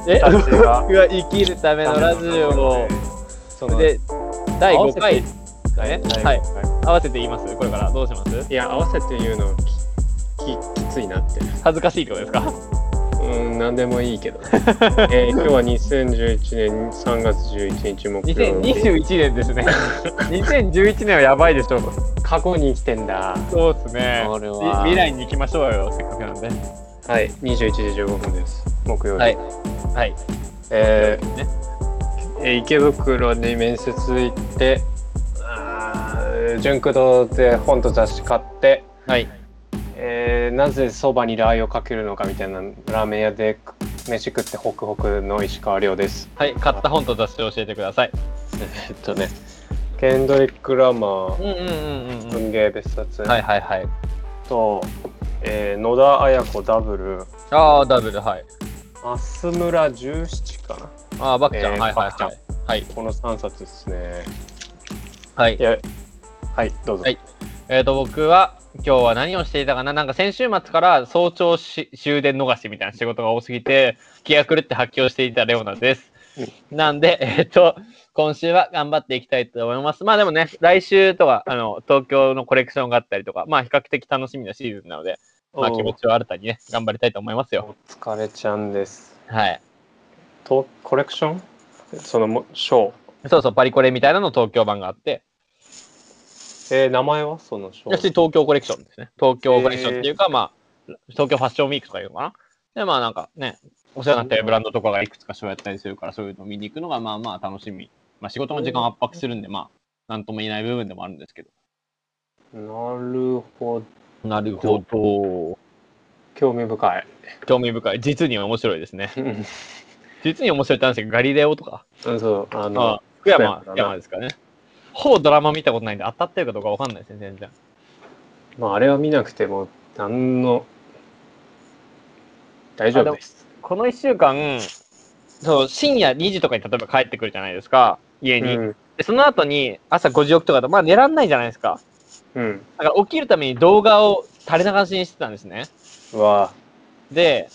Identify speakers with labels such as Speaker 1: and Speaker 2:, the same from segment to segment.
Speaker 1: たちが
Speaker 2: 僕が生きるためのラジオをで第5回ですかね。はい。合わせて言います。これからどうします？
Speaker 1: いや、合わせて言うのきついなって。
Speaker 2: 恥ずかしいってことですか？
Speaker 1: なんでもいいけど。今日は2011年3月11日木曜日。
Speaker 2: 2021年ですね。2011年はやばいでしょ。
Speaker 1: 過去に生きてんだ。
Speaker 2: そうですね。
Speaker 1: これは
Speaker 2: 未来に行きましょうよ、せっかくなんで。
Speaker 1: はい、21時15分です。木曜日。
Speaker 2: はい。はい。
Speaker 1: 池袋に面接行って、純駆堂で本と雑誌買って、
Speaker 2: はい。
Speaker 1: なぜそばにラー油をかけるのかみたいなラーメン屋で飯食ってホクホクの石川亮です。
Speaker 2: はい。買った本と雑誌を教えてください。
Speaker 1: ケンドリック・ラマー、文芸別冊、
Speaker 2: はいはいはい。
Speaker 1: と、野田綾子ダブル、
Speaker 2: ダブル、はい。
Speaker 1: 増村17かな。
Speaker 2: バクちゃん、はいはいはい。はい。
Speaker 1: この3冊ですね。
Speaker 2: はい。
Speaker 1: はい、どうぞ。
Speaker 2: はい。僕は今日は何をしていたかな。なんか先週末から早朝終電逃しみたいな仕事が多すぎて気が狂って発狂していたレオナです。なんで今週は頑張っていきたいと思います。まあでもね、来週とか東京のコレクションがあったりとか、まあ比較的楽しみなシーズンなので、まあ気持ちを新たにね頑張りたいと思いますよ。
Speaker 1: お疲れちゃんです。
Speaker 2: はい。
Speaker 1: コレクション？そのショ
Speaker 2: ー。そうパリコレみたいなの東京版があって。
Speaker 1: 名前はそのショー？
Speaker 2: 東京コレクションですね。東京コレクションっていうか、まあ東京ファッションウィークとかいうのかな。でまあなんかね、お世話になってるブランドとかがいくつかショーやったりするから、そういうのを見に行くのがまあまあ楽しみ。まあ仕事の時間を圧迫するんで、まあなんとも言えない部分でもあるんですけど。
Speaker 1: なるほど。
Speaker 2: なるほど。
Speaker 1: 興味深い。
Speaker 2: 興味深い。実に面白いですね。実に面白いって話がガリレオとか。
Speaker 1: そう、
Speaker 2: 福山ですかね。ほぼドラマ見たことないんで当たってるかどうかわかんないですね、全然。
Speaker 1: まああれは見なくても大丈夫です。
Speaker 2: この1週間、深夜2時とかに例えば帰ってくるじゃないですか、家に。でその後に朝5時起きとかだと、まあ寝らんないじゃないですか。だから起きるために動画を垂れ流しにしてたんですね。で、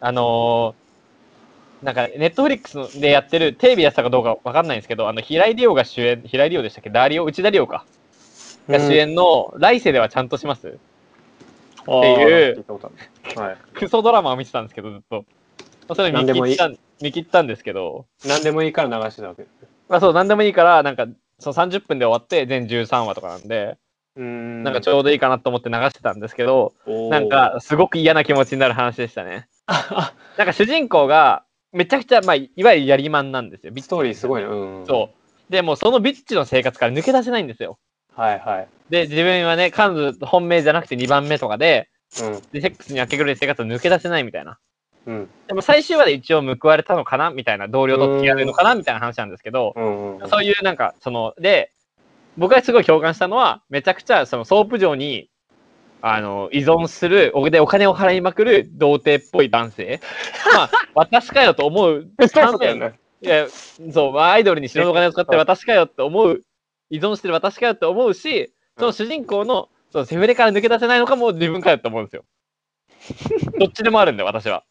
Speaker 2: なんかネットフリックスでやってる、テレビやってたかどうかわかんないんですけど、平井理央が主演、平井理央でしたっけ？内田理央か。が主演の来世ではちゃんとしますっていうクソドラマを見てたんですけど、ずっと。それ見切ったんですけど。
Speaker 1: 何でもいいから流してたわけ。
Speaker 2: 何でもいいから、なんか、30分で終わって全13話とかなんで、なんかちょうどいいかなと思って流してたんですけど、なんかすごく嫌な気持ちになる話でしたね。なんか主人公がめちゃくちゃ、まあ、いわゆるやりまんなんですよ。
Speaker 1: ストーリーすごいな。
Speaker 2: そう。でもそのビッチの生活から抜け出せないんですよ。で、自分はね、彼女本命じゃなくて2番目とかで、でセックスに明け暮れる生活を抜け出せないみたいな。でも最終話で一応報われたのかなみたいな、同僚と付き合えるのかなみたいな話なんですけど、そういうなんかで僕がすごい共感したのは、めちゃくちゃソープ場に依存するでお金を払いまくる童貞っぽい男性、まあ私かよと思う。いやそうアイドルに死ぬお金を使って私かよって思う、依存してる私かよって思うし、その主人公のセフレから抜け出せないのかも自分かよって思うんですよ。どっちでもあるんで私は。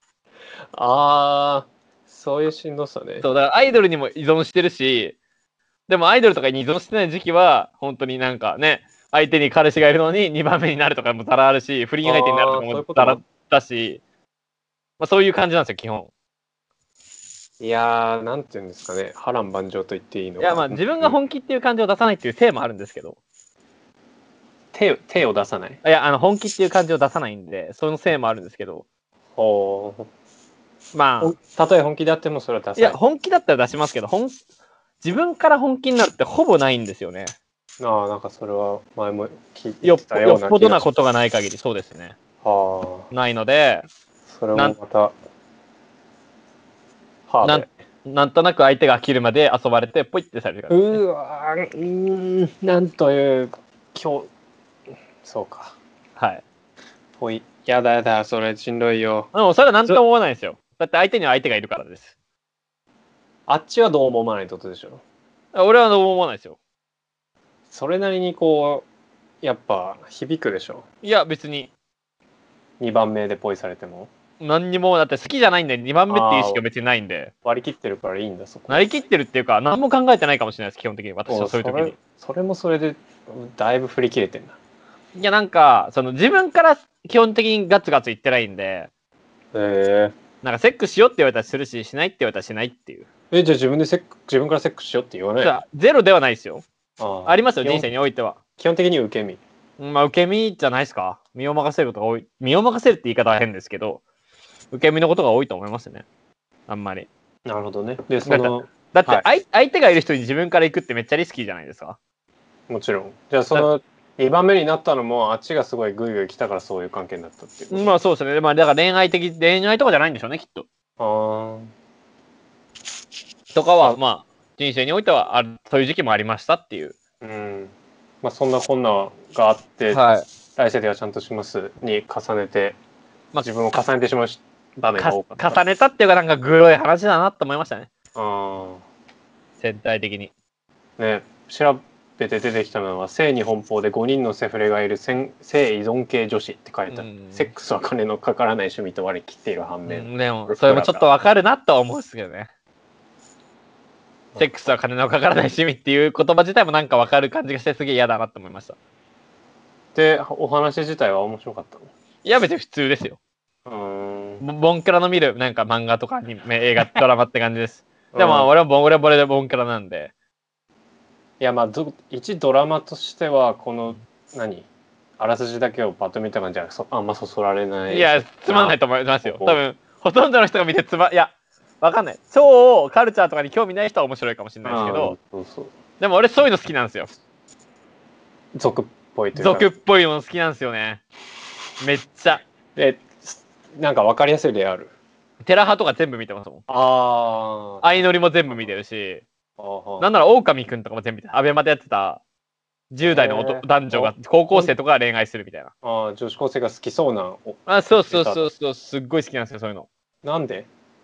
Speaker 1: そういうしんどさね。
Speaker 2: そうだからアイドルにも依存してるし、でもアイドルとかに依存してない時期は本当になんかね、相手に彼氏がいるのに2番目になるとかもざらあるし、不倫相手になるとかもざらだし、まあそういう感じなんですよ基本。
Speaker 1: いやー、なんていうんですかね、波乱万丈と言っていいのか。
Speaker 2: いやまあ自分が本気っていう感じを出さないっていうせいもあるんですけど。
Speaker 1: 手を出さない。
Speaker 2: いや本気っていう感じを出さないんで、そのせいもあるんですけど。ま
Speaker 1: あ例え本気であってもそれは出さない。
Speaker 2: いや本気だったら出しますけど、自分から本気になるってほぼないんですよね。
Speaker 1: なんかそれは前も聞いてたような気がします。
Speaker 2: よっぽどなことがない限りそうですね。ないので、
Speaker 1: それもまた
Speaker 2: なんとなく相手が飽きるまで遊ばれてポイってされるから、
Speaker 1: ね。なんというそうか。ポイ。やだそれしんどいよ。
Speaker 2: でもそれは何とも思わないですよ。だって相手には相手がいるからです。
Speaker 1: あっちはどうも思わないってことでしょ。
Speaker 2: 俺はどうも思わないですよ。
Speaker 1: それなりにこうやっぱ響くでしょ。
Speaker 2: いや別に。
Speaker 1: 2番目でポイされても。
Speaker 2: 何にも、だって好きじゃないんで、2番目っていう意識は別にないんで。
Speaker 1: 割り切ってるからいいんだ、そこ。
Speaker 2: 割り切ってるっていうか、何も考えてないかもしれないです、基本的に。私はそういう時に。
Speaker 1: それもそれで、だいぶ振り切れてんな。
Speaker 2: いや、なんか、自分から基本的にガツガツ言ってないんで、なんかセックスしようって言われたらするし、しないって言われたらしないっていう。
Speaker 1: じゃあ自分からセックスしようって言わないの？
Speaker 2: ゼロではないですよ。ありますよ、人生においては。
Speaker 1: 基本的に受け身。
Speaker 2: まあ、受け身じゃないですか。身を任せることが多い。身を任せるって言い方は変ですけど、受け身のことが多いと思いますね。あんまり。
Speaker 1: なるほどね。で、
Speaker 2: だって、相手がいる人に自分から行くってめっちゃリスキーじゃないですか。
Speaker 1: もちろん。じゃあ2番目になったのもあっちがすごいグイグイ来たからそういう関係になったっていう。
Speaker 2: まあそうですね。まあだから恋愛とかじゃないんでしょうね、きっと。とかは、まあ、人生においてはそういう時期もありましたっていう。
Speaker 1: まあそんなこんながあって、来世ではちゃんとしますに重ねて、自分を重ねてしまう場面が多かった。
Speaker 2: 重ねたっていうかなんかグロい話だなと思いましたね。全体的に。
Speaker 1: ね、調べて出てきたのは性に奔放で5人のセフレがいる性依存系女子って書いてある。セックスは金のかからない趣味と割り切っている反面、
Speaker 2: でもそれもちょっとわかるなとは思うんですけどね。セックスは金のかからない趣味っていう言葉自体もなんかわかる感じがしてすげえ嫌だなと思いました。
Speaker 1: で、お話自体は面白かったの？
Speaker 2: いや別に普通ですよ。ボンクラの見るなんか漫画とか映画ドラマって感じです。でも俺はボレでボンクラなんで。
Speaker 1: いやまあ一ドラマとしてはこのあらすじだけをパッと見た感じはあんまそそられない。
Speaker 2: いやつまんないと思いますよ。多分ほとんどの人が見ていやわかんない。超カルチャーとかに興味ない人は面白いかもしれないですけど、でも俺そういうの好きなんですよ。
Speaker 1: 俗っぽいというか。
Speaker 2: 俗っぽいの好きなんですよね。めっちゃ。
Speaker 1: なんか分かりやすい例ある？
Speaker 2: テラハとか全部見てますもん。相乗りも全部見てるし、なんなら狼くんとかも全部見てる。アベマでやってた10代の男女が高校生とか恋愛するみたいな。
Speaker 1: 女子高生が好きそうな。
Speaker 2: そう、すっごい好きなんですよ、そういうの。
Speaker 1: なんで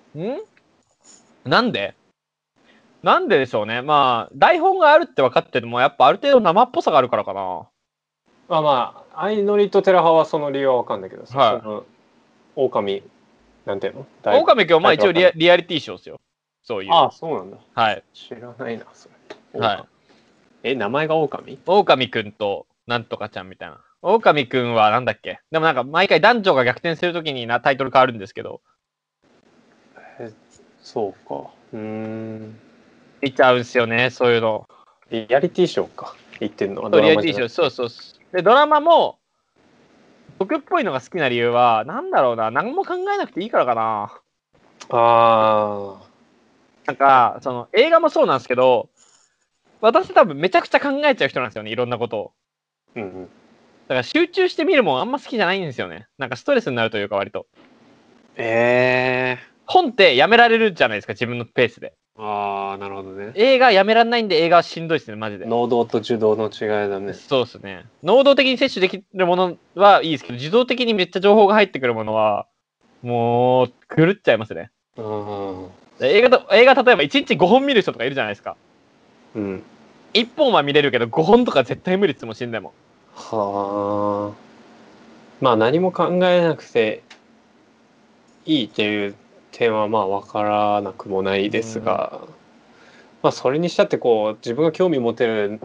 Speaker 2: なんででしょうね。まあ台本があるって分かっててもやっぱある程度生っぽさがあるからかな。
Speaker 1: まあ相乗りとテラハはその理由は分かんないけどさ、その狼なんていうの？
Speaker 2: 狼くんはまあ一応リアリティショーですよ。そういう。
Speaker 1: そうなんだ。
Speaker 2: はい。
Speaker 1: 知らないなそれ。
Speaker 2: はい。
Speaker 1: 名前が狼
Speaker 2: くんとなんとかちゃんみたいな。狼くんはなんだっけ？でもなんか毎回男女が逆転するときにタイトル変わるんですけど。
Speaker 1: そうか。
Speaker 2: 見ちゃうんすよね、そういうの。
Speaker 1: リアリティショーか。言ってんのは
Speaker 2: リアリティショー、そう。で、ドラマも、僕っぽいのが好きな理由は、なんだろうな、何も考えなくていいからかな。なんか、映画もそうなんですけど、私多分めちゃくちゃ考えちゃう人なんですよね、いろんなことを。だから集中して見るもんあんま好きじゃないんですよね。なんかストレスになるというか割と。本ってやめられるじゃないですか、自分のペースで。
Speaker 1: なるほどね。
Speaker 2: 映画やめられないんで映画はしんどいですね、マジで。
Speaker 1: 能動と受動の違いだね。
Speaker 2: そうですね。能動的に摂取できるものはいいですけど、受動的にめっちゃ情報が入ってくるものは、もう、狂っちゃいますね。映画例えば1日5本見る人とかいるじゃないですか。1本は見れるけど5本とか絶対無理っすもん、死んでも。
Speaker 1: まあ何も考えなくていいっていう点はまあ分からなくもないですが、まあそれにしたって自分が興味持てる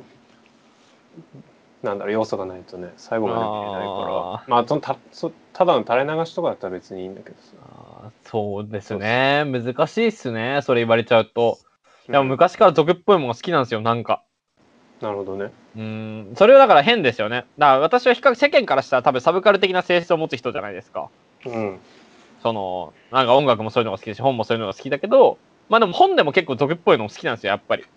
Speaker 1: 要素がないとね最後まで見れないから、まあただの垂れ流しとかだったら別にいいんだけどさ。
Speaker 2: そうですね、難しいっすね、それ言われちゃうと。でも昔から俗っぽいもの好きなんですよ、なんか。
Speaker 1: なるほどね。
Speaker 2: それはだから変ですよね。だから私は比較世間からしたら多分サブカル的な性質を持つ人じゃないですか。なんか音楽もそういうのが好きだし、本もそういうのが好きだけど、まあでも本でも結構俗っぽいのも好きなんですよ、やっぱり。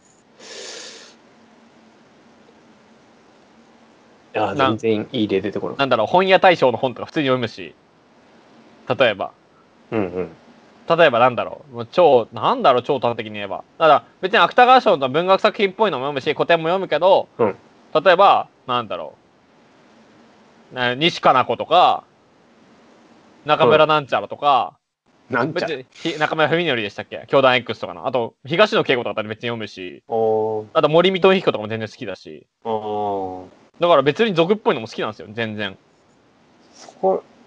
Speaker 1: いや、全然いい例出てこない。
Speaker 2: なんだろう、本屋大賞の本とか普通に読むし、例えば。例えばなんだろう、超端的に言えば。ただ別に芥川賞の文学作品っぽいのも読むし、古典も読むけど、例えば、なんだろう、西加奈子とか、中村なんちゃらとか、別に中村文則でしたっけ、教団 X とかの。あと、東野圭吾とかだったら別に読むし、あと森見と彦とかも全然好きだし。だから別に俗っぽいのも好きなんですよ、全然。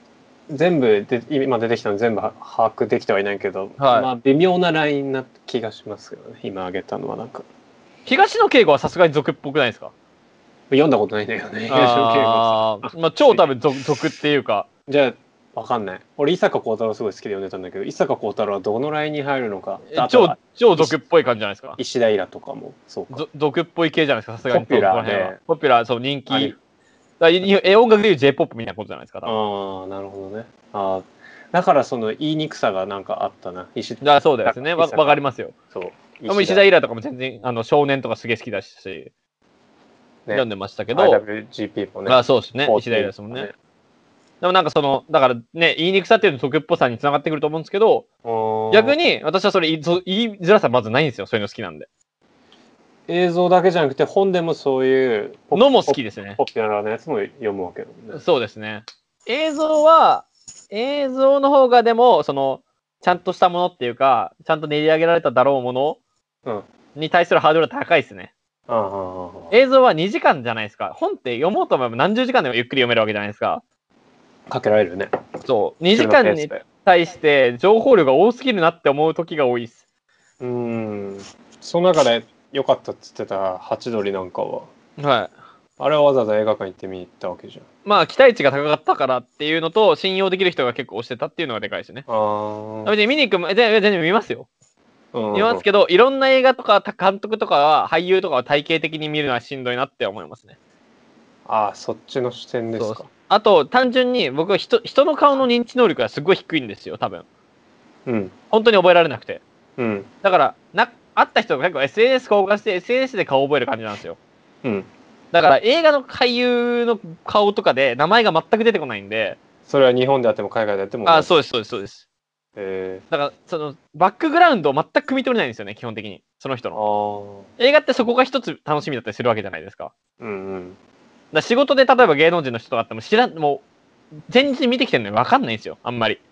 Speaker 1: 全部で今出てきたの全部把握できてはいないけど、まあ微妙なラインな気がしますけどね、今挙げたのはなんか。
Speaker 2: 東野圭吾はさすがに俗っぽくないですか？
Speaker 1: 読んだことないんだよね、
Speaker 2: 東野圭吾さん。まあ超多分俗っていうか。
Speaker 1: じゃあわかんない。俺伊坂幸太郎すごい好きで読んでたんだけど、伊坂幸太郎はどのラインに入るのか。
Speaker 2: 超俗っぽい感じじゃないですか。
Speaker 1: 石田イラとかもそうか。
Speaker 2: 俗っぽい系じゃないですか、さすがに。
Speaker 1: ポピュラーで。
Speaker 2: ポピュラー、そう人気。音楽でいう J-POP みたいなことじゃないですか。
Speaker 1: ああ、なるほどね。ああ。だからその言いにくさがなんかあったな。
Speaker 2: そうですね。わかりますよ。
Speaker 1: そう。
Speaker 2: 石田イラとかも全然少年とかすげえ好きだし、読んでましたけど。
Speaker 1: IWGP もね。
Speaker 2: あ、そうですね。石田イラですもんね。でもなんかだからね、言いにくさっていうの俗っぽさにつながってくると思うんですけど、逆に私はそれ言いづらさまずないんですよ。そういうの好きなんで。
Speaker 1: 映像だけじゃなくて本でもそういう
Speaker 2: のも好きですね。
Speaker 1: ポピュラーなやつも読むわけだもんね。
Speaker 2: そうですね。映像の方がでもちゃんとしたものっていうか、ちゃんと練り上げられただろうものに対するハードルが高いですね。映像は2時間じゃないですか。本って読もうと思えば何十時間でもゆっくり読めるわけじゃないですか。
Speaker 1: かけられるね。
Speaker 2: そう。2時間に対して情報量が多すぎるなって思う時が多いです。
Speaker 1: その中で良かったって言ってたハチドリなんかは。
Speaker 2: はい。
Speaker 1: あれはわざわざ映画館行って見に行ったわけじゃん。
Speaker 2: まあ期待値が高かったからっていうのと、信用できる人が結構推してたっていうのがでかいですね。別に見に行くも全然見ますよ。見ますけど、いろんな映画とか監督とかは俳優とかは体系的に見るのはしんどいなって思いますね。
Speaker 1: ああ、そっちの視点ですか。
Speaker 2: あと単純に僕は人の顔の認知能力がすごい低いんですよ、多分。本当に覚えられなくて。だから会った人が結構 SNS 交換して SNS で顔を覚える感じなんですよ。だから映画の俳優の顔とかで名前が全く出てこないんで。
Speaker 1: それは日本であっても海外であっても。
Speaker 2: そうですだからバックグラウンドを全く汲み取れないんですよね、基本的にその人の。映画ってそこが一つ楽しみだったりするわけじゃないですか。だ仕事で例えば芸能人の人とかあってももう前日に見てきてるのに分かんないんですよ、あんまり。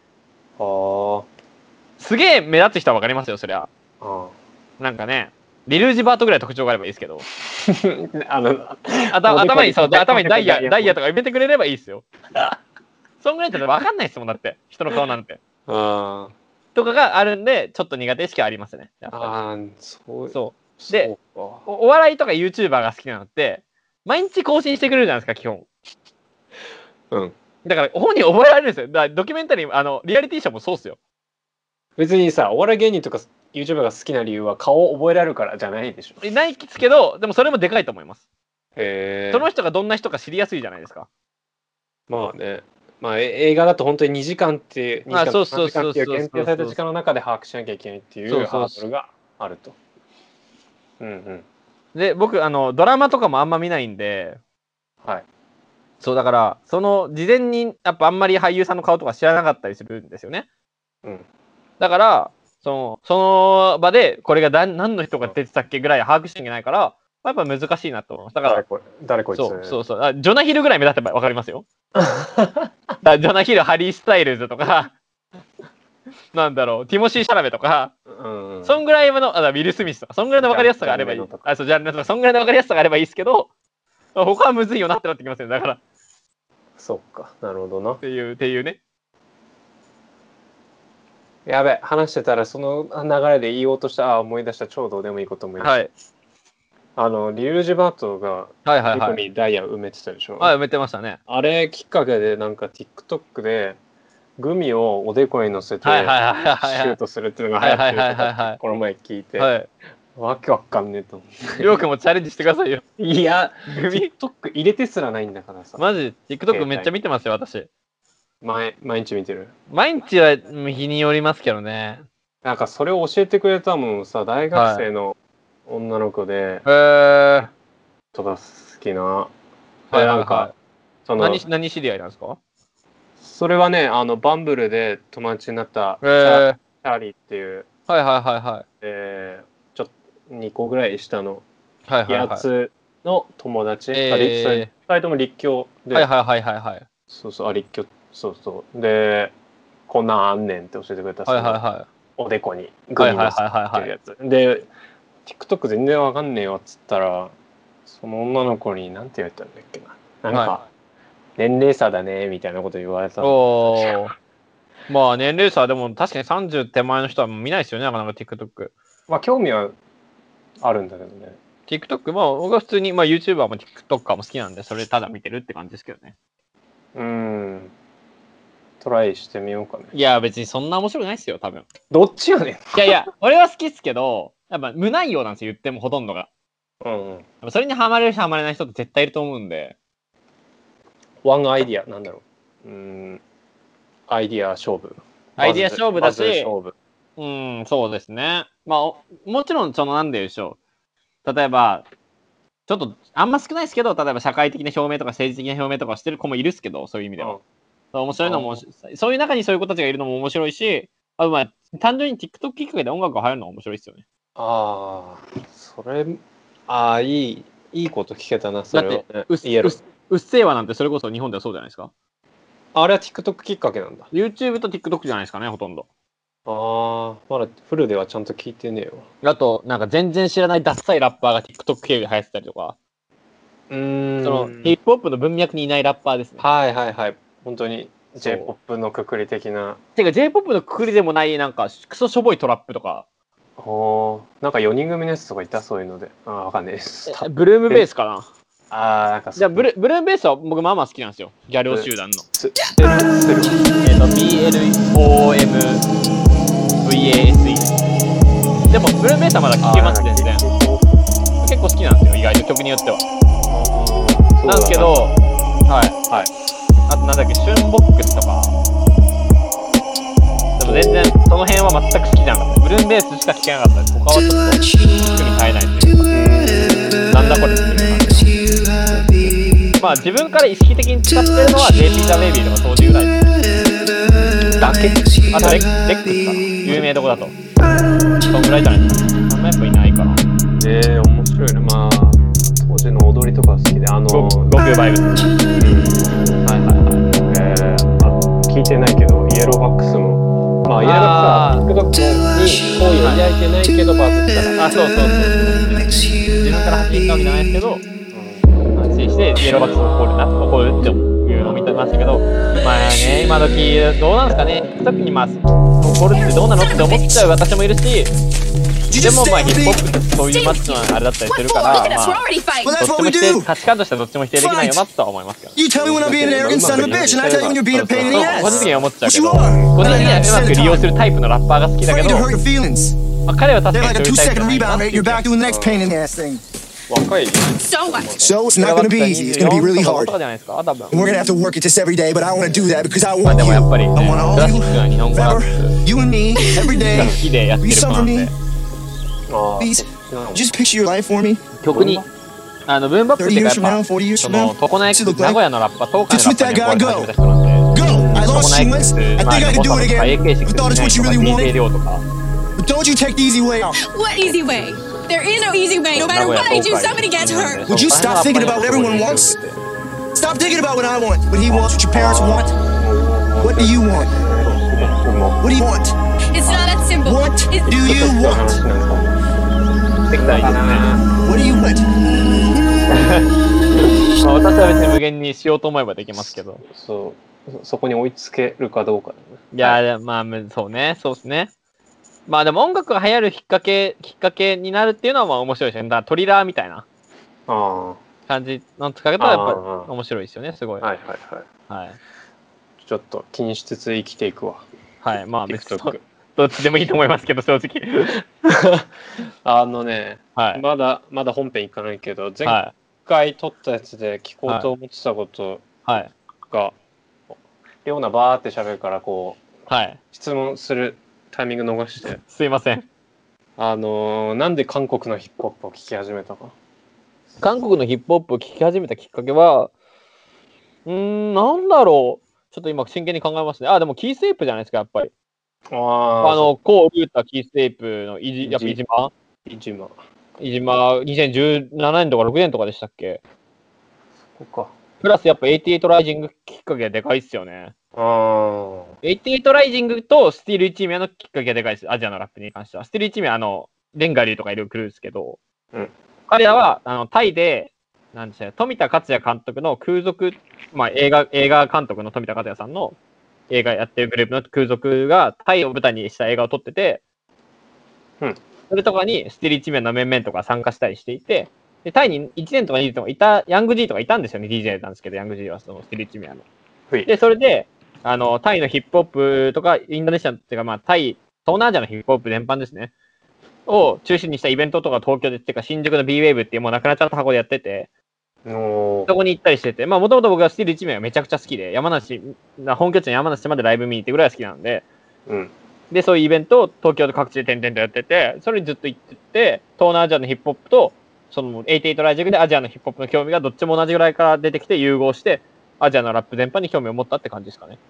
Speaker 2: すげえ目立つ人は分かりますよ、そりゃ。なんかね、リルージバートぐらい特徴があればいいですけど。頭にダイヤとか埋めてくれればいいですよ。そんぐらいだったら分かんないですもん、だって。人の顔なんて。とかがあるんで、ちょっと苦手意識はありますね。そう。で、お笑いとか YouTuber が好きなのって、毎日更新してくれるじゃないですか、基本。だから本人覚えられるんですよ。だからドキュメンタリー、リアリティショーもそうっすよ。
Speaker 1: 別にさ、お笑い芸人とか YouTuber が好きな理由は顔を覚えられるからじゃないでしょ。
Speaker 2: ないですけど、でもそれもでかいと思います。そ
Speaker 1: の
Speaker 2: 人がどんな人か知りやすいじゃないですか。
Speaker 1: まあね。まあ映画だと本当に2時間って2時間っていう限定された時間の中で把握しなきゃいけないっていうハードルがあると。
Speaker 2: で、僕ドラマとかもあんま見ないんで、そうだから事前にやっぱあんまり俳優さんの顔とか知らなかったりするんですよね。だからその場でこれが何の人が出てたっけぐらい把握しなきゃいけないから、やっぱ難しいなと思います。だから
Speaker 1: 誰こいつ。
Speaker 2: そうジョナヒルぐらい目立てば分かりますよ。ジョナヒル、ハリー・スタイルズとかなんだろう、ティモシー・シャラベとか、そんぐらいのウィル・スミスとか、そんぐらいの分かりやすさがあればいい。ジャンルとかそんぐらいの分かりやすさがあればいいですけど、他はむずいよなってなってきますよ、だから。
Speaker 1: そっか、なるほどな。
Speaker 2: っていうね。
Speaker 1: やべ、話してたらその流れで言おうとした思い出した超どうでもいいこと思い出した。リルージバートがダイヤ埋めてたでしょ。
Speaker 2: 埋めてましたね。
Speaker 1: あれきっかけでなんか TikTok でグミをおでこに乗せてシュートするっていうのが流行ってるとかこの前聞いて、わけわかんねえと思って。
Speaker 2: りょうくんもチャレンジしてくださいよ。
Speaker 1: いや、TikTok 入れてすらないんだからさ。
Speaker 2: マジ TikTok めっちゃ見てますよ、私。
Speaker 1: 毎日見てる。
Speaker 2: 毎日は日によりますけどね。
Speaker 1: なんかそれを教えてくれたもんさ、大学生の女の子で、とか好きな。なんか
Speaker 2: 何知り合いなんですか？
Speaker 1: それはね、バンブルで友達になったチャーリーっていう、ちょっと2個ぐらい下のやつの友達、2人とも立教で、立教、で、こんなんあんねんって教えてくれた、おでこにグミのっていうやつ。で、TikTok 全然わかんねえよっつったら、その女の子になんて言われたんだっけな。なんか、 年齢差だねみたいなこと言われた。
Speaker 2: まあ年齢差でも確かに30手前の人は見ないですよね、なかなか TikTok。
Speaker 1: まあ興味はあるんだけどね。
Speaker 2: TikTok、まあ僕は普通に、まあ YouTuber も TikToker も好きなんで、それただ見てるって感じですけどね。
Speaker 1: トライしてみようかね。
Speaker 2: いや、別にそんな面白くないっすよ、多分。
Speaker 1: どっちやねん。
Speaker 2: いやいや、俺は好きっすけど、やっぱ無内容なんですよ、言ってもほとんどが。それにハマれる人ハマれない人って絶対いると思うんで。
Speaker 1: ワンアイディア、なんだろう。アイディア勝負。
Speaker 2: アイディア勝負だし、そうですね。まあ、もちろん、なんでしょう。例えば、ちょっと、あんま少ないですけど、例えば社会的な表明とか政治的な表明とかしてる子もいるっすけど、そういう意味では。面白いのも、そういう中にそういう子たちがいるのも面白いし、まあ、単純に TikTok きっかけで音楽が流行るのが面白いっすよね。
Speaker 1: それ、いいこと聞けたな、それは。だって、
Speaker 2: うっせぇわなんてそれこそ日本ではそうじゃないですか。
Speaker 1: あれは TikTok きっかけなんだ。
Speaker 2: YouTube と TikTok じゃないですかね、ほとんど。
Speaker 1: まだフルではちゃんと聞いてねえ
Speaker 2: わ。あと、なんか全然知らないダッサいラッパーが TikTok 経由で流行ってたりとか。ヒップホップの文脈にいないラッパーですね。
Speaker 1: 本当に J-POP のくくり的な。
Speaker 2: てか J-POP のくくりでもない、なんかクソしょぼいトラップとか。
Speaker 1: なんか4人組のやつとかいた、そういうので。わかんないです。
Speaker 2: ブルームベースかな。
Speaker 1: なんか
Speaker 2: じゃあブルームベースは僕まあまあ好きなんですよ。ギャル集団の。BLOMVASE。でもブルームベースはまだ聴けます全然。結構好きなんですよ、意外と曲によっては。なんですけど、あとなんだっけ、シュンボックスとか。でも全然その辺は全く好きじゃなかった。ブルームベースしか聴けなかったです。他はちょっと特に変えないっていうか。なんだこれっていう感じ。まあ自分から意識的に使ってるのは JP The Baby とか当時ぐらいだけ。あとレックスかな、有名どこだと。そんぐらいじゃないですか。あんまやっぱいないかな。
Speaker 1: 面白いね。まあ当時の踊りとか好きで、
Speaker 2: ゴキューバイブス。
Speaker 1: 聞いてないけどイエローバックスも、まあイエローバックスは TikTok に好意を抱いてないけどバズったら、
Speaker 2: そう自分から発信したわけじゃないですけど、してイエローバックスが怒るっていうのを見てましたけど、まあね、今時どうなんですかね。特にまあ怒るってどうなのって思っちゃう私もいるし、でもまあヒップホップってそういうマッチのあれだったりするから、まあどっちも否定、価値観としてはどっちも否定できないよなとは思いますけど。個人的には思っちゃうけど、個人的にはうまく利用するタイプのラッパーが好きだけど、まあ彼は確かにそういうタイプじゃないな。
Speaker 1: 若い。
Speaker 3: So it's not gonna be easy. It's gonna be really hard. And we're gonna have to work at this every day, but I want to do that because I want you. I want all you. Remember, you and me every day. Be some for me. Please, just picture your life for me.
Speaker 2: 曲にブーンバップっていうかやっぱその常名古屋のラッパー東海のラッパーに始めた人なんで、常名って前のボサとか AK6 とか DJ 亮とか。
Speaker 3: But don't you take the easy way out.
Speaker 4: What easy way? There is no easy way. No matter what I do, somebody gets hurt.
Speaker 3: Would you stop thinking about what everyone wants? Stop thinking about what I want, what he wants, what your parents want. What do you want? What do you want?
Speaker 4: It's not that simple.
Speaker 3: What do you want? What do you want?
Speaker 2: 私は別に無限にしようと思えばできますけど。
Speaker 1: そこに追いつけるかどうかだね。
Speaker 2: いや、まあそうね、そうですね。まあでも音楽が流行るきっかけになるっていうのはまあ面白いですね。だからトリラーみたいな感じの使い方はやっぱり面白いですよね、すごい。
Speaker 1: はい。ちょっと気にしつつ生きていくわ。
Speaker 2: はい、まあ別にどっちでもいいと思いますけど、正直。
Speaker 1: まだ本編いかないけど、前回撮ったやつで聞こうと思ってたことが、レオナバーって喋るからこう、質問するタイミング逃して。
Speaker 2: すいません。
Speaker 1: なんで韓国のヒップホップを聴き始めたか。
Speaker 2: 韓国のヒップホップを聴き始めたきっかけは、なんだろう。ちょっと今真剣に考えますね。でもキースエイプじゃないですか、やっぱり。コー・ルーター・キースエイプのやっぱ飯島2017年とか6年とかでしたっけ。
Speaker 1: そっか。
Speaker 2: プラスやっぱ88ライジングきっかけがでかいっすよね。88ライジングとスティール1名のきっかけがでかいです。アジアのラップに関しては。スティール1名レンガリーとかいるクルーですけど、彼らはタイでなんですね、富田克也監督の空賊、まあ映画監督の富田克也さんの映画やってるグループの空賊がタイを舞台にした映画を撮ってて、それとかにスティリッチメンの面々とか参加したりしていて、でタイに1年とか2年とかいた、ヤング G とかいたんですよね、DJ なんですけど、ヤング G はそのスティリッチメンの。で、それで、タイのヒップホップとか、インドネシアっていうか、まあ、東南アジアのヒップホップ全般ですね。を中心にしたイベントとか東京で、っていうか、新宿の B-Wave っていうもうなくなっちゃった箱でやってて、そこに行ったりしてて、まあ、もともと僕はスティル1名がめちゃくちゃ好きで、本拠地の山梨までライブ見に行ってぐらい好きなんで、で、そういうイベントを東京で各地で点々とやってて、それにずっと行ってて、東南アジアのヒップホップと、その88ライジングでアジアのヒップホップの興味がどっちも同じぐらいから出てきて融合して、アジアのラップ全般に興味を持ったって感じですかね。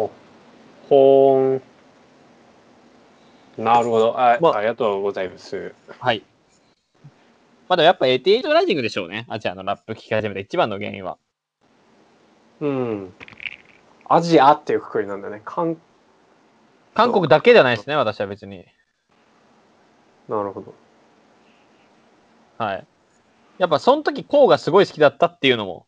Speaker 1: なるほど。ありがとうございます。
Speaker 2: はい。まあでもやっぱ88ライジングでしょうね。アジアのラップ聴き始めた一番の原因は。
Speaker 1: アジアっていうくくりなんだね。韓
Speaker 2: 国だけじゃないですね、私は別に。
Speaker 1: なるほど。
Speaker 2: はい。やっぱその時コウがすごい好きだったっていうのも。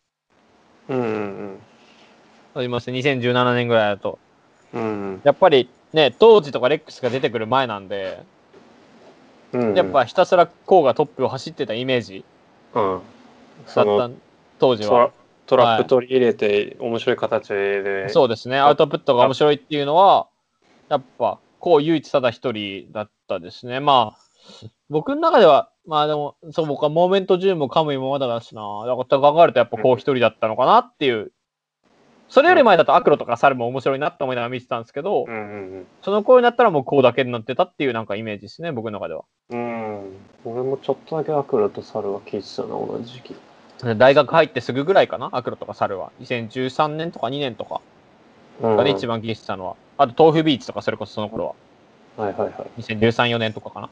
Speaker 2: ありますね、2017年ぐらいだと。やっぱりね、当時とかレックスが出てくる前なんで、やっぱひたすらコウがトップを走ってたイメージだった当時は。
Speaker 1: トラップ取り入れて面白い形で。
Speaker 2: そうですね、アウトプットが面白いっていうのは、やっぱコウ唯一ただ一人だったですね。まあ、僕の中では、まあでも、そう僕はモーメント10もカムイもまだだしな。だから考えるとやっぱコウ一人だったのかなっていう。それより前だとアクロとかサルも面白いなって思いながら見てたんですけど、その頃になったらもうコウだけになってたっていうなんかイメージですね、僕の中では。
Speaker 1: 俺もちょっとだけアクロとサルは聞いてたな、同じ時期。
Speaker 2: 大学入ってすぐぐらいかな、アクロとかサルは。2013年とか2年とかがね、一番聞いてたのは。あと、豆腐ビーチとかそれこそその頃は。2013、4年とかかな。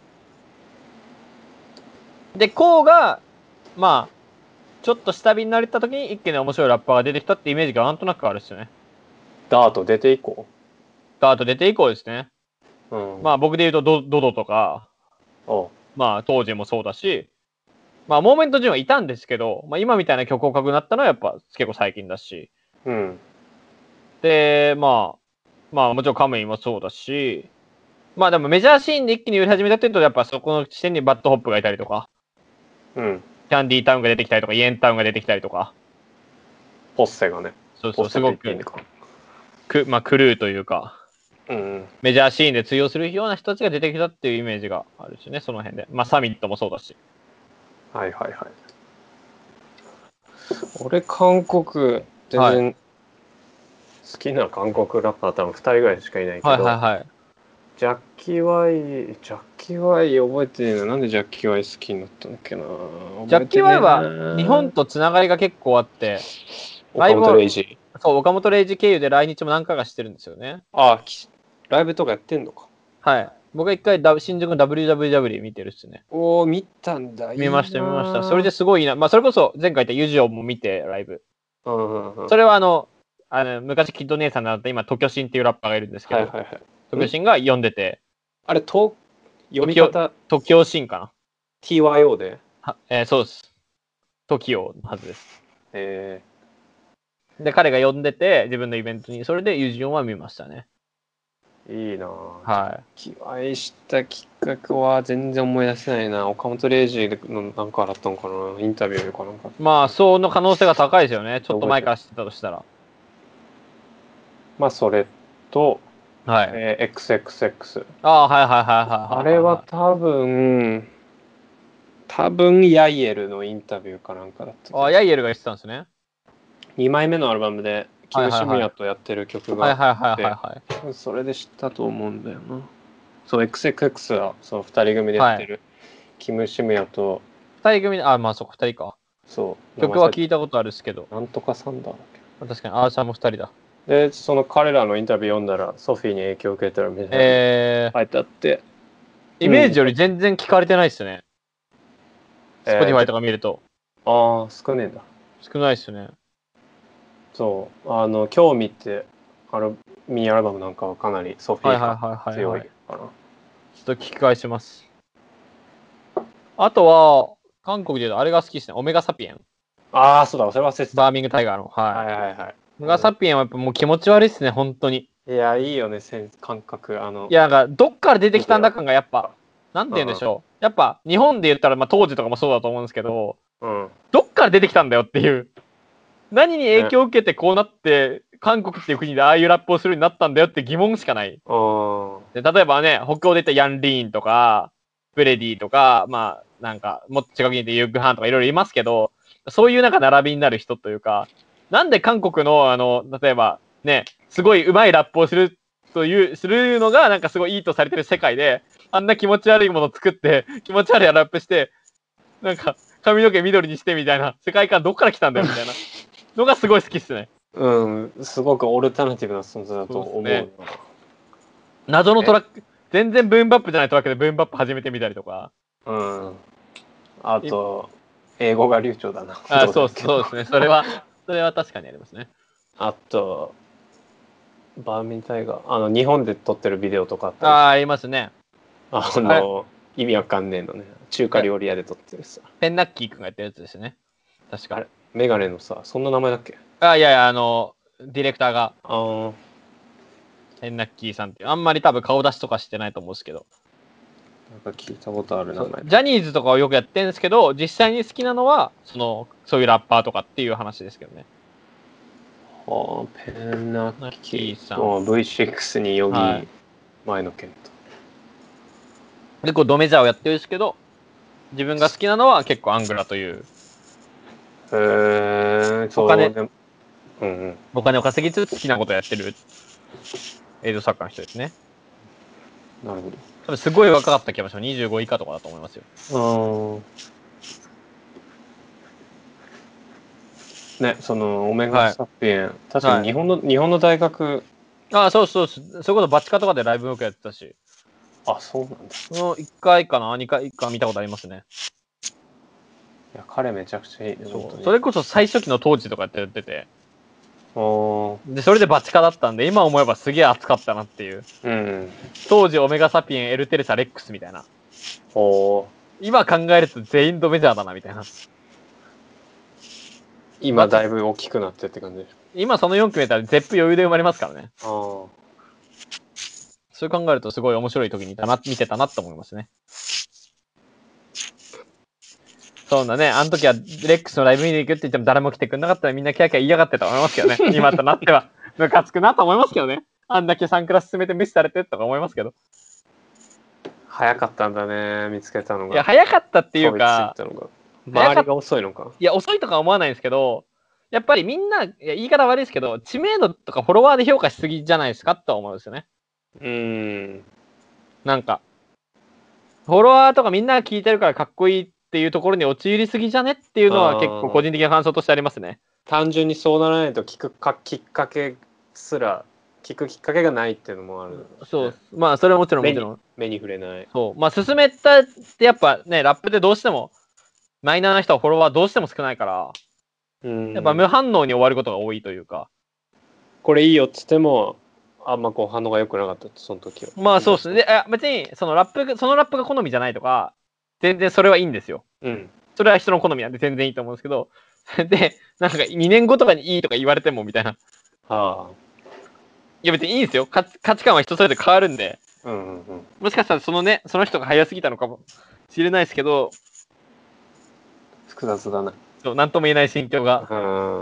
Speaker 2: で、コウが、まあ、ちょっと下火になれた時に一気に面白いラッパーが出てきたってイメージがなんとなくあるっすよね。
Speaker 1: ダート出て以降
Speaker 2: ですね。まあ僕で言うとドドとか、まあ当時もそうだし、まあモーメント10はいたんですけど、まあ今みたいな曲を書くなったのはやっぱ結構最近だし。で、まあもちろんカムイもそうだし、まあでもメジャーシーンで一気に売り始めたっていうとやっぱそこの視点にバッドホップがいたりとか。キャンディータウンが出てきたりとか、イエンタウンが出てきたりとか。
Speaker 1: ポッセがね。
Speaker 2: そう、すごく、まあ、クルーというか、メジャーシーンで通用するような人たちが出てきたっていうイメージがあるしね、その辺で。まあ、サミットもそうだし。
Speaker 1: 俺、韓国、全然、好きな韓国ラッパー多分2人ぐらいしかいないけど、ジャッキー・ワイ覚えてるの。なんでジャッキー・ワイ好きになったんだっけな。
Speaker 2: ジャッキー・ワイは日本とつながりが結構あって、
Speaker 1: 岡本零士。
Speaker 2: そう、岡本零士経由で来日も何回かしてるんですよね。
Speaker 1: ライブとかやってんのか。
Speaker 2: はい。僕は一回新宿の WWW 見てるっすね。
Speaker 1: 見たんだ。
Speaker 2: 見ました。それですごいな。まあ、それこそ前回言ったユジオも見て、ライブ。それは昔キッド姉さんだった今、トキョシンっていうラッパーがいるんですけど、トキョシンが読んでて。
Speaker 1: あれ、読み方
Speaker 2: トキョシンかな
Speaker 1: ?TYO で
Speaker 2: そうです。トキオのはずです。で、彼が呼んでて、自分のイベントに、それでユジオンは見ましたね。
Speaker 1: いいなぁ。
Speaker 2: はい。
Speaker 1: 気合したきっかけは全然思い出せないな。岡本零士のなんかだったのかな、インタビューかなんか。
Speaker 2: まあ、その可能性が高いですよね。ちょっと前から知ってたとしたら。
Speaker 1: まあ、それと、XXX。あれは多分、ヤイエルのインタビューかなんかだった。
Speaker 2: ヤイエルが言ってたんですね。
Speaker 1: 2枚目のアルバムで、キム・シムヤとやってる曲があって、それで知ったと思うんだよな。そう、XXX は、そう、2人組でやってる、キム・シムヤと。
Speaker 2: 2人組で、まあそこ2人か。
Speaker 1: そう。
Speaker 2: 曲は聞いたことあるんですけど。
Speaker 1: なんとかサンダーだっけ。
Speaker 2: 確かに、アーシャも2人だ。
Speaker 1: で、その彼らのインタビュー読んだら、ソフィーに影響を受けたらめちゃ書いてあって。
Speaker 2: イメージより全然聞かれてないっすね。Spotify とか見ると。
Speaker 1: 少ねえんだ。
Speaker 2: 少ないっすね。
Speaker 1: そう。今日見て、ミニアルバムなんかはかなりソフィーが強いかな。ちょ
Speaker 2: っと聞き返します。あとは、韓国で言うとあれが好きですね。オメガサピエン。
Speaker 1: ああ、そうだ、それ忘れてた。
Speaker 2: バーミングタイガーの。はいはいはい。メガサピエンはやっぱもう気持ち悪いっすね、本当に。
Speaker 1: いや、いいよね、感覚。
Speaker 2: いや、なんか、どっから出てきたんだ感がやっぱ、なんて言うんでしょう。やっぱ、日本で言ったら、まあ当時とかもそうだと思うんですけど、どっから出てきたんだよっていう。何に影響を受けてこうなって、韓国っていう国でああいうラップをするようになったんだよって疑問しかない。で例えばね、北欧で言ったヤン・リーンとか、ブレディとか、まあ、なんか、もっと近くにいてユッグハンとかいろいろいますけど、そういうなんか並びになる人というか、なんで韓国の、例えば、ね、すごい上手いラップをするのが、なんかすごいいいとされてる世界で、あんな気持ち悪いものを作って、気持ち悪いラップして、なんか、髪の毛緑にしてみたいな、世界観どっから来たんだよみたいなのがすごい好きっすね。
Speaker 1: うん、すごくオルタナティブな存在だと思う。ね、
Speaker 2: 謎のトラック、全然ブーンバップじゃないトラックでブーンバップ始めてみたりとか。
Speaker 1: うん。あと、英語が流暢だな。
Speaker 2: そうですね。それは確かにありますね。
Speaker 1: あと、バーミンタイガー、日本で撮ってるビデオとかあった
Speaker 2: りありますね。
Speaker 1: 意味わかんねえのね。中華料理屋で撮ってるさ。
Speaker 2: ペンナッキーくんがやったやつですね。確か。
Speaker 1: メガネのさ、そんな名前だっけ？
Speaker 2: いやいや、ディレクターが。ペンナッキーさんっていう。あんまり多分顔出しとかしてないと思うんですけど。
Speaker 1: なんか聞いたことある名前。
Speaker 2: ジャニーズとかをよくやってるんですけど、実際に好きなのは、そういうラッパーとかっていう話ですけどね。
Speaker 1: ペンナッキーさん。V6 によぎ、前野健人。
Speaker 2: 結構ドメジャーをやってるんですけど、自分が好きなのは結構アングラという。お金を稼ぎつつ好きなことをやってる映像作家の人ですね。
Speaker 1: なるほど。
Speaker 2: 多分すごい若かった気がします。25以下とかだと思いますよ。
Speaker 1: ね、そのオメガサピエン、確かに日本の大学。
Speaker 2: そうそうそう。それこそバチカとかでライブよくやってたし。
Speaker 1: あ、そうなんだ。
Speaker 2: 1回かな、2回か見たことありますね。
Speaker 1: いや、彼めちゃくちゃいいね。
Speaker 2: それこそ最初期の当時とかやってて。で、それでバチカだったんで、今思えばすげえ熱かったなっていう。当時オメガサピエン、エルテレサ、レックスみたいな。今考えると全員ドメジャーだなみたいな。
Speaker 1: 今だいぶ大きくなってって感じでしょ。
Speaker 2: 今その4組やったらゼップ余裕で生まれますからね。そう考えるとすごい面白い時に見てたなって思いますね。そうだね。あの時はレックスのライブ見に行くって言っても誰も来てくれなかったらみんなキャーキャー言いやがってと思いますけどね。今となっては。ムカつくなと思いますけどね。あんだけ3クラス進めて無視されてとか思いますけど。
Speaker 1: 早かったんだね、見つけたのが。
Speaker 2: いや、早かったっていうか。
Speaker 1: 周りが遅いのか。
Speaker 2: いや、遅いとか思わないんですけど、やっぱりみんな、言い方悪いですけど、知名度とかフォロワーで評価しすぎじゃないですかって思うんですよね。なんか、フォロワーとかみんなが聞いてるからかっこいいっていうところに陥りすぎじゃねっていうのは結構個人的な感想としてありますね。
Speaker 1: 単純にそうならないと聞くきっかけがないっていうのもある、ね。
Speaker 2: そう。まあ、それはもちろん。
Speaker 1: 目に触れない。
Speaker 2: そう。まあ、進めたってやっぱね、ラップでどうしても、マイナーな人はフォロワーどうしても少ないから、やっぱ無反応に終わることが多いというか。
Speaker 1: これいいよっつっても、あんまこう反応が良くなかったって、その時は。
Speaker 2: まあそうですね。別にそのラップが好みじゃないとか、全然それはいいんですよ。それは人の好みなんで全然いいと思うんですけど、で、なんか2年後とかにいいとか言われてもみたいな。いや別にいいんですよ。価値観は人それぞれ変わるんで。もしかしたらその人が早すぎたのかもしれないですけど。
Speaker 1: 複雑だな。
Speaker 2: そう、なんとも言えない心境が。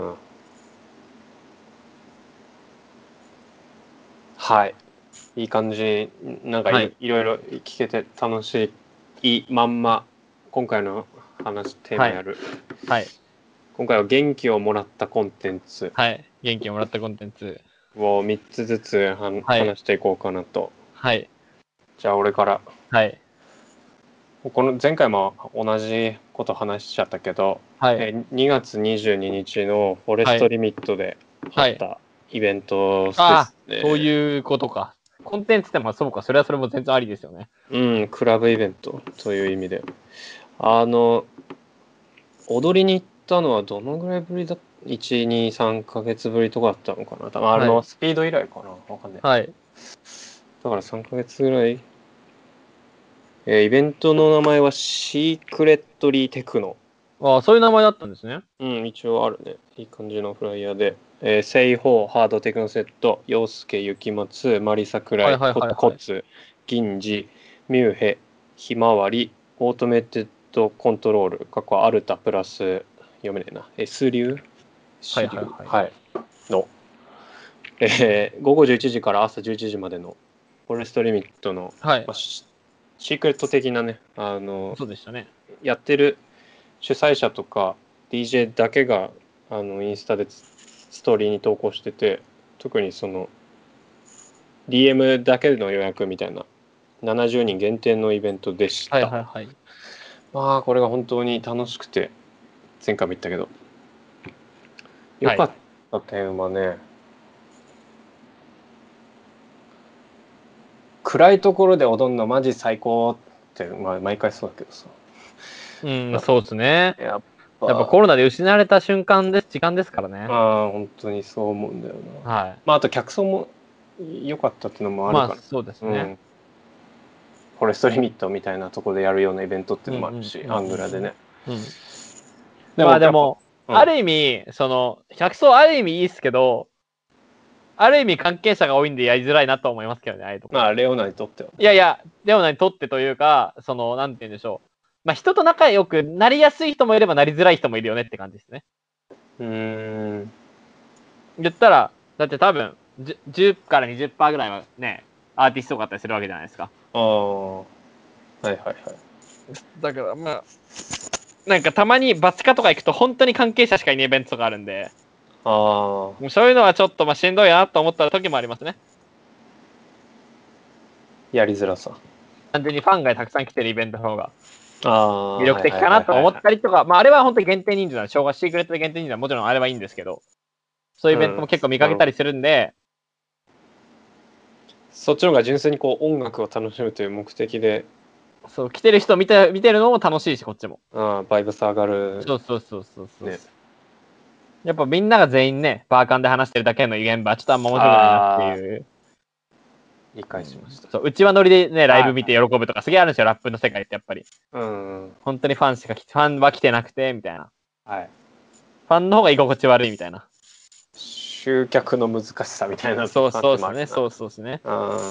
Speaker 1: はい。いい感じに、なんかいろいろ聞けて楽しいまんま、今回のテーマやる。今回は元気をもらったコンテンツ。
Speaker 2: 元気をもらったコンテンツ。
Speaker 1: を3つずつ話していこうかなと。じゃあ俺から。この前回も同じこと話しちゃったけど、2月22日のフォレストリミットであったイベントです
Speaker 2: ね。そういうことか。コンテンツってもそうか、それはそれも全然ありですよね。
Speaker 1: クラブイベントという意味で。踊りに行ったのはどのぐらいぶりだ1、2、3ヶ月ぶりとかだったのかな。スピード以来かな。わかんない。だから3ヶ月ぐらい。イベントの名前はシークレットリーテクノ
Speaker 2: ああ、そういう名前だったんですね。
Speaker 1: うん、一応あるね。いい感じのフライヤーで。西方ハードテクノセット、陽介、雪松、マリサクライ、コツ、銀次、ミュウヘ、ひまわり、オートメイテッドコントロール、過去アルタプラス、読めねえな、S 流はい、の、午後11時から朝11時までのフォレストリミットの、
Speaker 2: はい
Speaker 1: まあ、シークレット的なね、
Speaker 2: そうでしたね。
Speaker 1: やってる主催者とか DJ だけがインスタでストーリーに投稿してて、特にその DM だけの予約みたいな70人限定のイベントでした。まあこれが本当に楽しくて、前回も言ったけどよかった点はね、暗いところで踊るのマジ最高って、まあ、毎回そうだけどさ。
Speaker 2: そうですね。やっぱコロナで失われた瞬間時間ですからね。
Speaker 1: 本当にそう思うんだよな。はい。まああと客層も良かったっていうのもあるから。まあ
Speaker 2: そうですね。
Speaker 1: フォレストリミットみたいなところでやるようなイベントっていうのもあるし、アングラでね。
Speaker 2: まあでも、ある意味その客層ある意味いいですけど、ある意味関係者が多いんでやりづらいなと思いますけどね、ああいうとこ。
Speaker 1: まあレオナにとっては。
Speaker 2: いやいや、レオナにとってというか、そのなんて言うんでしょう。まあ人と仲良くなりやすい人もいればなりづらい人もいるよねって感じですね。言ったら、だって多分10から 20% ぐらいはね、アーティスト多かったりするわけじゃないですか。
Speaker 1: はいはいはい。
Speaker 2: だからまあ、なんかたまにバチカとか行くと本当に関係者しかいないイベントとかあるんで、そういうのはちょっとまあしんどいなと思った時もありますね。
Speaker 1: やりづらさ。
Speaker 2: 単純にファンがたくさん来てるイベントの方が魅力的かなと思ったりとか、まああれは本当に限定人数なので、シークレットで限定人数はもちろんあればいいんですけど、そういうイベントも結構見かけたりするんで、
Speaker 1: そっちの方が純粋にこう音楽を楽しむという目的で、
Speaker 2: そう来てる人見てるのも楽しいし、こっちも。
Speaker 1: バイブス上がる。
Speaker 2: そう、ね。やっぱみんなが全員ね、バーカンで話してるだけの現場はちょっとあんま面白くないなっていう。
Speaker 1: 理解しました。
Speaker 2: そう、うちわノリでね、ライブ見て喜ぶとかすげえあるんですよ、ラップの世界ってやっぱり。本当にファンは来てなくて、みたいな。はい。ファンの方が居心地悪いみたいな。
Speaker 1: 集客の難しさみたいな。
Speaker 2: そうですね。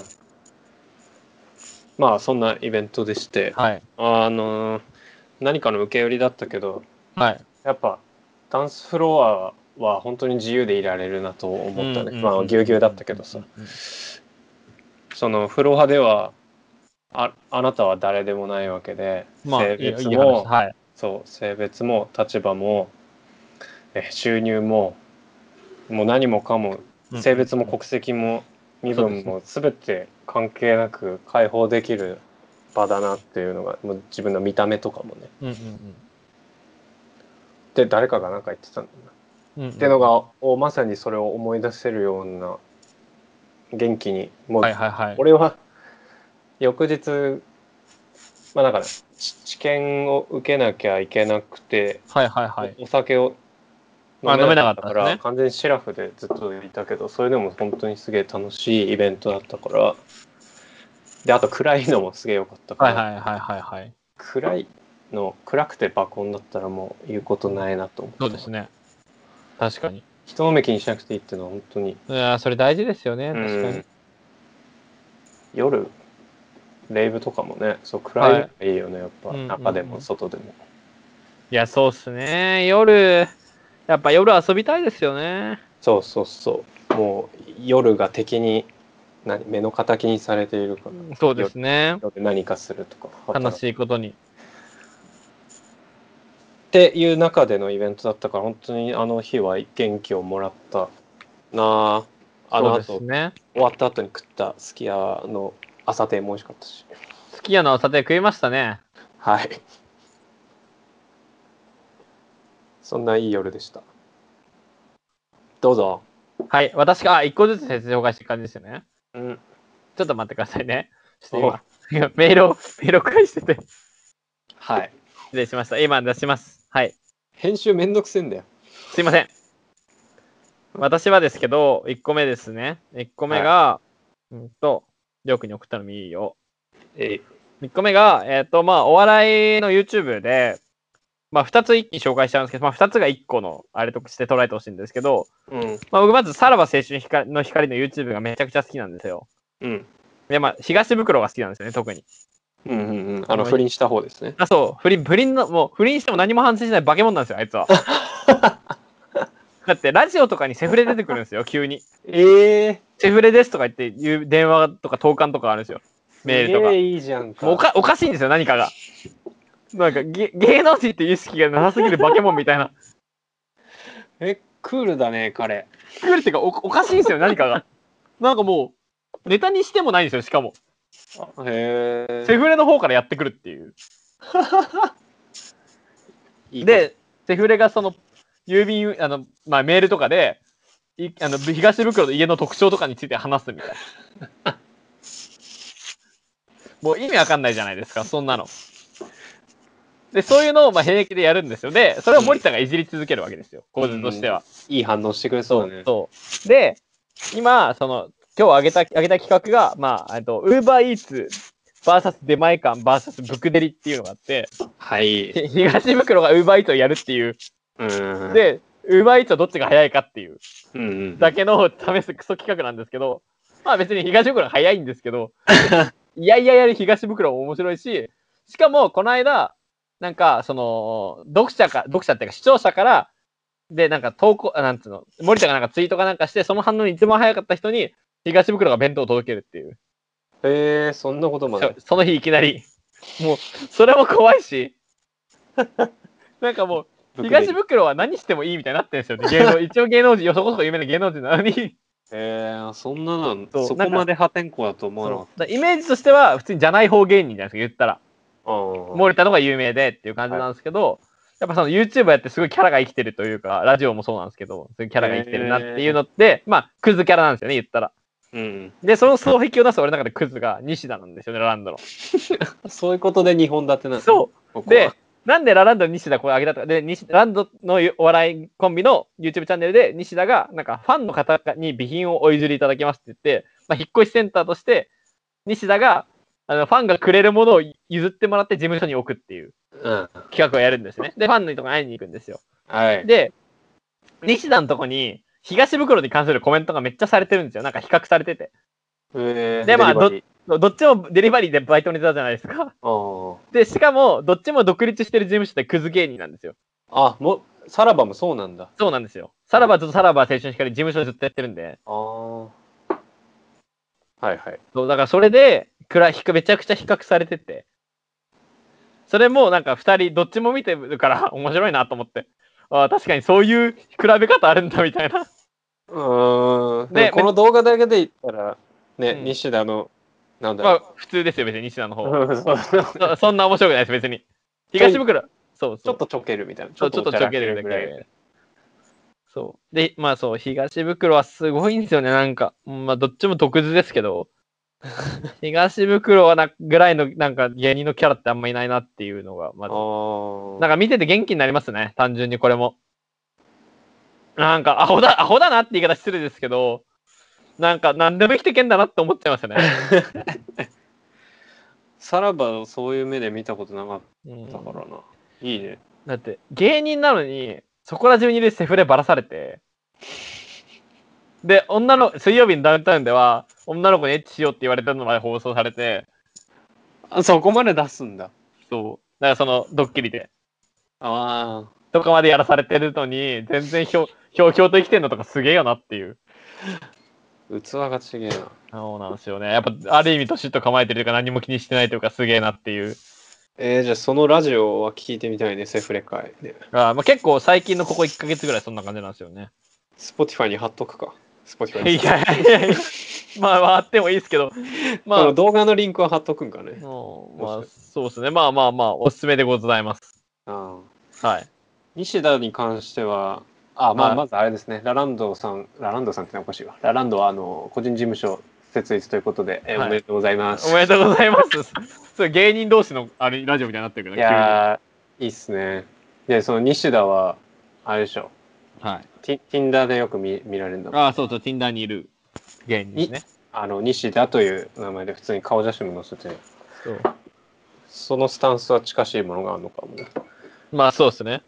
Speaker 1: まあそんなイベントでして、はい、何かの受け売りだったけど、はい、やっぱダンスフロアは本当に自由でいられるなと思ったね。まあぎゅうぎゅうだったけどさ、そのフロアではあなたは誰でもないわけで、性別も、はい、そう性別も立場も収入ももう何もかも、性別も国籍も身分も全て関係なく解放できる場だなっていうのが、もう自分の見た目とかもね、で誰かが何か言ってたんだな、っていうのがまさにそれを思い出せるような元気にもう、俺は翌日まあだから治験を受けなきゃいけなくて、お酒を飲めなかったから、完全にシラフでずっといたけど、それでも本当にすげえ楽しいイベントだったから、であと暗いのもすげえ良かったから、暗くて爆音だったらもう言うことないなと思って。
Speaker 2: そうですね、確かに
Speaker 1: 人の目気にしなくていいっていうのは本当に、
Speaker 2: いやそれ大事ですよね。確かに
Speaker 1: 夜レイブとかもね、そう暗いのがいいよね、やっぱ中でも外でも。
Speaker 2: いやそうっすね、夜やっぱ夜遊びたいですよね。
Speaker 1: そうもう夜が敵に目の敵にされているから。
Speaker 2: そうですね。
Speaker 1: 夜何かするとか
Speaker 2: 悲しいことに
Speaker 1: っていう中でのイベントだったから、本当にあの日は元気をもらったな。あの後、終わった後に食ったすき家の朝定も美味しかったし。
Speaker 2: すき家の朝定食いましたね。
Speaker 1: はい。そんないい夜でした。どうぞ。
Speaker 2: はい、私が1個ずつ紹介していく感じですよね。ちょっと待ってくださいね。ちょっと今メールを返してて。
Speaker 1: はい。
Speaker 2: 失礼しました。今出します。はい。
Speaker 1: 編集めんどくせえんだよ。
Speaker 2: すいません。私はですけど、1個目ですね。1個目が、りょうくんに送ったのもいいよ。1個目が、まあ、お笑いの YouTube で、 まあ2つ一気に紹介しちゃうんですけど、まあ2つが1個のあれとして捉えてほしいんですけど、まあ僕まずさらば青春の光の YouTube がめちゃくちゃ好きなんですよ。で、まあ東袋が好きなんですよね、特に。
Speaker 1: 不倫した方ですね。
Speaker 2: あ、そう。不倫しても何も反省しない化け物なんですよ、あいつは。だってラジオとかにセフレ出てくるんですよ、急に。セフレですとか言って言う電話とか投函とかあるんですよ。メールとか。
Speaker 1: いいじゃんか。
Speaker 2: もうおかしいんですよ、何かが。なんか芸能人っていう意識がなさすぎる化け物みたいな。
Speaker 1: クールだね、彼。
Speaker 2: クールっていうかおかしいんですよ、何かが。なんかもう、ネタにしてもないんですよ、しかも。セフレの方からやってくるっていう。で、セフレがその、郵便、まあ、メールとかで、東袋の家の特徴とかについて話すみたいな。もう意味わかんないじゃないですか、そんなの。で、そういうのをまあ平気でやるんですよ。で、それを森田がいじり続けるわけですよ、構図としては。
Speaker 1: いい反応してくれそうだね。
Speaker 2: で、今、今日挙げた企画が、まあ、UberEats VS 出前館 VS ブクデリっていうのがあって、
Speaker 1: はい。
Speaker 2: 東袋が UberEats をやるっていう。で、UberEats はどっちが早いかっていうだけの試すクソ企画なんですけど、まあ別に東袋が早いんですけど、いややる東袋も面白いし、しかもこの間、なんか、読者っていうか視聴者から、で、なんか投稿、なんつうの、森田がなんかツイートかなんかして、その反応に一番早かった人に、東袋が弁当を届けるっていう。
Speaker 1: そんなことまで。
Speaker 2: その日いきなり。もう、それも怖いし、なんかもう、東袋は何してもいいみたいになってるんですよね。一応芸能人、そこそこ有名な芸能人なのに。
Speaker 1: そんなの、そこまで破天荒だと思わなかった。
Speaker 2: イメージとしては、普通にじゃない方芸人じゃないですか、言ったら。森田のが有名でっていう感じなんですけど、やっぱその YouTuber やってすごいキャラが生きてるというか、ラジオもそうなんですけど、そういうキャラが生きてるなっていうのって、まあ、クズキャラなんですよね、言ったら。で、その双璧を出す俺の中でクズが西田なんですよね、ラランドの。
Speaker 1: そういうことで2本立てなんです
Speaker 2: そう。で、なんでラランドの西田これあげたとか、で、ランドのお笑いコンビの YouTube チャンネルで西田が、なんかファンの方に備品をお譲りいただきますって言って、まあ、引っ越しセンターとして、西田が、ファンがくれるものを譲ってもらって事務所に置くっていう企画をやるんですね。で、ファンの人が会いに行くんですよ。で、西田のとこに、東袋に関するコメントがめっちゃされてるんですよ。なんか比較されてて。で、まあ、どっちもデリバリーでバイトネタじゃないですか。で、しかも、どっちも独立してる事務所でクズ芸人なんですよ。
Speaker 1: さらばもそうなんだ。
Speaker 2: そうなんですよ。さらば青春光事務所ずっとやってるんで。
Speaker 1: はいはい。
Speaker 2: そう、だからそれで、めちゃくちゃ比較されてて。それもなんか二人、どっちも見てるから面白いなと思って。確かにそういう比べ方あるんだみたいな。
Speaker 1: でこの動画だけで言ったら、ね、西田の、なんだろう。
Speaker 2: 普通ですよ、別に西田の方。そんな面白くないです、別に。東袋。そう。
Speaker 1: ちょっとちょけるみたいな。
Speaker 2: ちょっとちょけるぐらい。そう。で、まあそう、東袋はすごいんですよね、なんか。まあどっちも毒舌ですけど、東袋はぐらいのなんか芸人のキャラってあんまいないなっていうのが、まず。なんか見てて元気になりますね、単純にこれも。なんかアホだなって言い方失礼ですけど、なんか何でも生きてけんだなって思っちゃいますよね。
Speaker 1: さらばをそういう目で見たことなかったからな。いいね。
Speaker 2: だって芸人なのに、そこら中にいるセフレばらされて、で、水曜日のダウンタウンでは、女の子にエッチしようって言われたのまで放送されて、
Speaker 1: そこまで出すんだ。
Speaker 2: そう。だからその、ドッキリで。
Speaker 1: と
Speaker 2: かまでやらされてるのに、全然ひょうと生きてんのとかすげえよなっていう。
Speaker 1: 器がちげえな。
Speaker 2: そうなんですよね。やっぱ、ある意味年と構えてるというか何も気にしてないというかすげえなっていう。
Speaker 1: じゃあそのラジオは聞いてみたいね、セフレ会で。
Speaker 2: まあ結構最近のここ1ヶ月ぐらいそんな感じなんですよね。
Speaker 1: Spotify に貼っとくか。Spotify
Speaker 2: に。いや。まああってもいいですけど。
Speaker 1: まあ動画のリンクは貼っとくんかね。
Speaker 2: まあそうですね。まあおすすめでございます。はい。
Speaker 1: 西田に関しては、まずあれですね、ラランドさんっておかしいわ。ラランドは個人事務所設立ということで、おめでとうございます。
Speaker 2: おめでとうございます。それ芸人同士のラジオみたいになってるけど、
Speaker 1: いやいいっすね。で、その西田は、あれでしょ。
Speaker 2: はい。
Speaker 1: Tinder でよく見られるんだもん。
Speaker 2: そう、Tinder にいる芸人ですね。
Speaker 1: 西田という名前で普通に顔写真も載せて、そのスタンスは近しいものがあるのかもね。
Speaker 2: まあそうですね。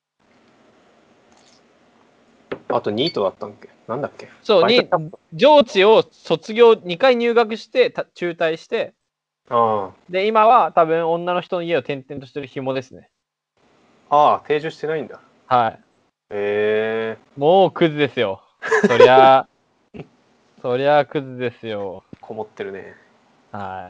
Speaker 1: あとニートだったんけなんだっけ
Speaker 2: そう、上智を卒業、2回入学して、中退して、で、今は多分女の人の家を転々としてる紐ですね。
Speaker 1: ああ、定住してないんだ。
Speaker 2: はい。
Speaker 1: へえ。
Speaker 2: もうクズですよ。そりゃ、そりゃクズですよ。
Speaker 1: こもってるね。
Speaker 2: はい。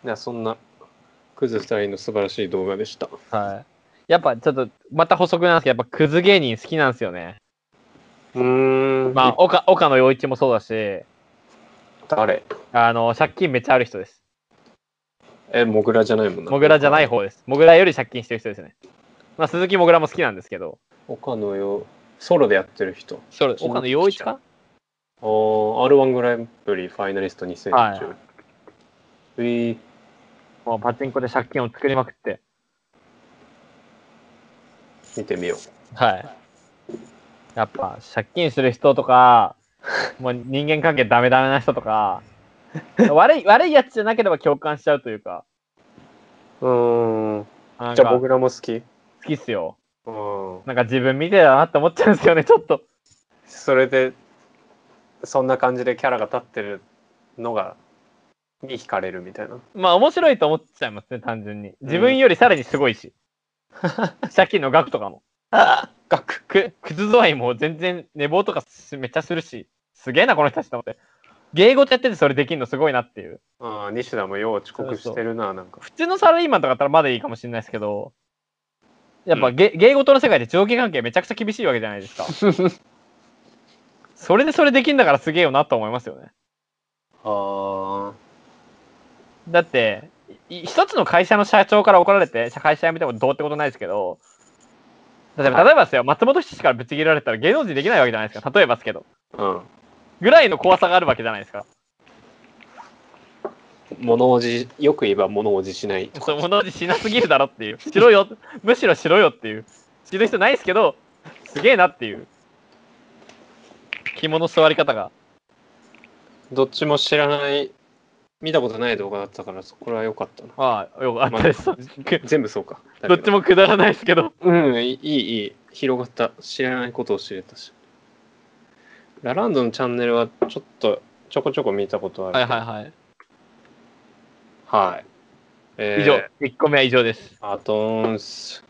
Speaker 1: いや、そんな、クズ2人の素晴らしい動画でした。
Speaker 2: はい。やっぱちょっと、また補足なんですけど、やっぱクズ芸人好きなんですよね。まあ、岡野陽一もそうだし。
Speaker 1: 誰？
Speaker 2: 借金めっちゃある人です。
Speaker 1: モグラじゃないもんな。
Speaker 2: モグラじゃない方です。モグラより借金してる人ですね。まあ、鈴木モグラも好きなんですけど。
Speaker 1: 岡野よ、ソロでやってる人。
Speaker 2: 岡野陽一か
Speaker 1: R1 グランプリファイナリスト2010。はい。
Speaker 2: もうパチンコで借金を作りまくって。
Speaker 1: 見てみよう。
Speaker 2: はい。やっぱ、借金する人とか、もう人間関係ダメな人とか、悪いやつじゃなければ共感しちゃうというか。
Speaker 1: じゃあ僕らも好き？
Speaker 2: 好きっすよ。なんか自分みてえだなって思っちゃうんですよね、ちょっと。
Speaker 1: それで、そんな感じでキャラが立ってるのが、に惹かれるみたいな。
Speaker 2: まあ面白いと思っちゃいますね、単純に。自分よりさらにすごいし。借金の額とかも。クズ度合いも全然寝坊とかめっちゃするし、すげえなこの人たちと思って。芸事やっててそれできるのすごいなっていう。
Speaker 1: 西田もよう遅刻してるな、なんか。
Speaker 2: 普通のサラリーマンとかだったらまだいいかもしれないですけど、やっぱ芸事の世界で上下関係めちゃくちゃ厳しいわけじゃないですか。それでできんだからすげえよなと思いますよね。だって、一つの会社の社長から怒られて、会社辞めてもどうってことないですけど、例えばですよ、松本人志からぶち切られたら芸能人できないわけじゃないですか。例えばですけど。ぐらいの怖さがあるわけじゃないですか。
Speaker 1: よく言えば物おじしない。
Speaker 2: 物おじしなすぎるだろっていう。しろよ。むしろしろよっていう。知る人ないですけど、すげえなっていう。肝の座り方が。
Speaker 1: どっちも知らない、見たことない動画だったから、これは良かったな。
Speaker 2: ああ、よかったです。
Speaker 1: 全部そうか。
Speaker 2: どっちもくだらないですけど。
Speaker 1: いい。広がった。知らないことを知れたし。ラランドのチャンネルはちょこちょこ見たことある。はい。
Speaker 2: 以上、1個目は以上です。
Speaker 1: あとーんす。